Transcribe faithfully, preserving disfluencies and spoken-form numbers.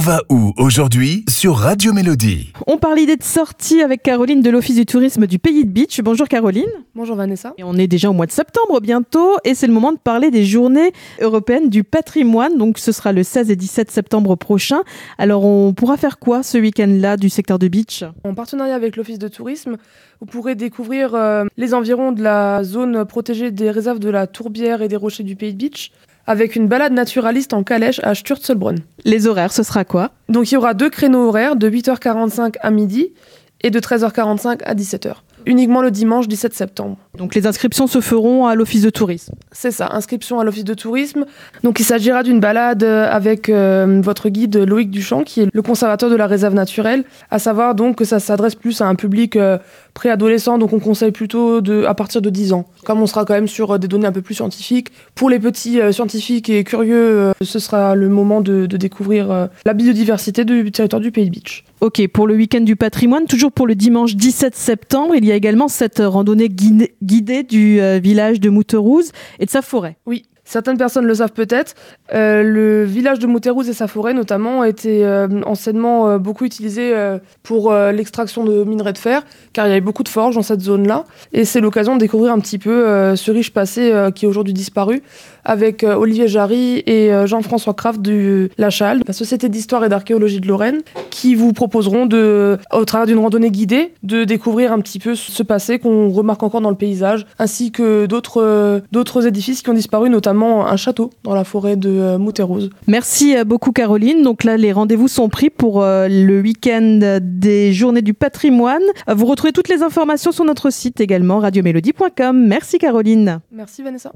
va où aujourd'hui sur Radio Mélodie? On parle idée de sortie avec Caroline de l'Office du tourisme du Pays de Beach. Bonjour Caroline. Bonjour Vanessa. Et on est déjà au mois de septembre bientôt et c'est le moment de parler des journées européennes du patrimoine. Donc ce sera le seize et dix-sept septembre prochain. Alors on pourra faire quoi ce week-end-là du secteur de Beach? En partenariat avec l'Office de tourisme, vous pourrez découvrir euh, les environs de la zone protégée des réserves de la Tourbière et des Rochers du Pays de Beach, avec une balade naturaliste en calèche à Sturzelbrunn. Les horaires, ce sera quoi? Donc il y aura deux créneaux horaires de huit heures quarante-cinq à midi et de treize heures quarante-cinq à dix-sept heures. Uniquement le dimanche dix-sept septembre. Donc les inscriptions se feront à l'Office de tourisme. C'est ça, inscription à l'Office de tourisme. Donc il s'agira d'une balade avec euh, votre guide Loïc Duchamp, qui est le conservateur de la réserve naturelle. À savoir donc que ça s'adresse plus à un public euh, préadolescent, donc on conseille plutôt de, à partir de dix ans. Comme on sera quand même sur des données un peu plus scientifiques. Pour les petits euh, scientifiques et curieux, euh, ce sera le moment de, de découvrir euh, la biodiversité du territoire du Pays de Beach. Ok, pour le week-end du patrimoine, toujours pour le dimanche dix-sept septembre, il y a également cette randonnée guidée, guidée du euh, village de Mouterouze et de sa forêt. Oui. Certaines personnes le savent peut-être, euh, le village de Mouterouze et sa forêt notamment ont été euh, anciennement euh, beaucoup utilisés euh, pour euh, l'extraction de minerais de fer, car il y avait beaucoup de forges dans cette zone-là. Et c'est l'occasion de découvrir un petit peu euh, ce riche passé euh, qui est aujourd'hui disparu, avec euh, Olivier Jarry et euh, Jean-François Kraft de la Chale, la Société d'histoire et d'archéologie de Lorraine, qui vous proposeront, de, au travers d'une randonnée guidée, de découvrir un petit peu ce passé qu'on remarque encore dans le paysage, ainsi que d'autres, euh, d'autres édifices qui ont disparu, notamment un château dans la forêt de euh, Mouterouze. Merci beaucoup Caroline. Donc là, les rendez-vous sont pris pour euh, le week-end des Journées du patrimoine. Vous retrouvez toutes les informations sur notre site également, radio mélodie point com. Merci Caroline. Merci Vanessa.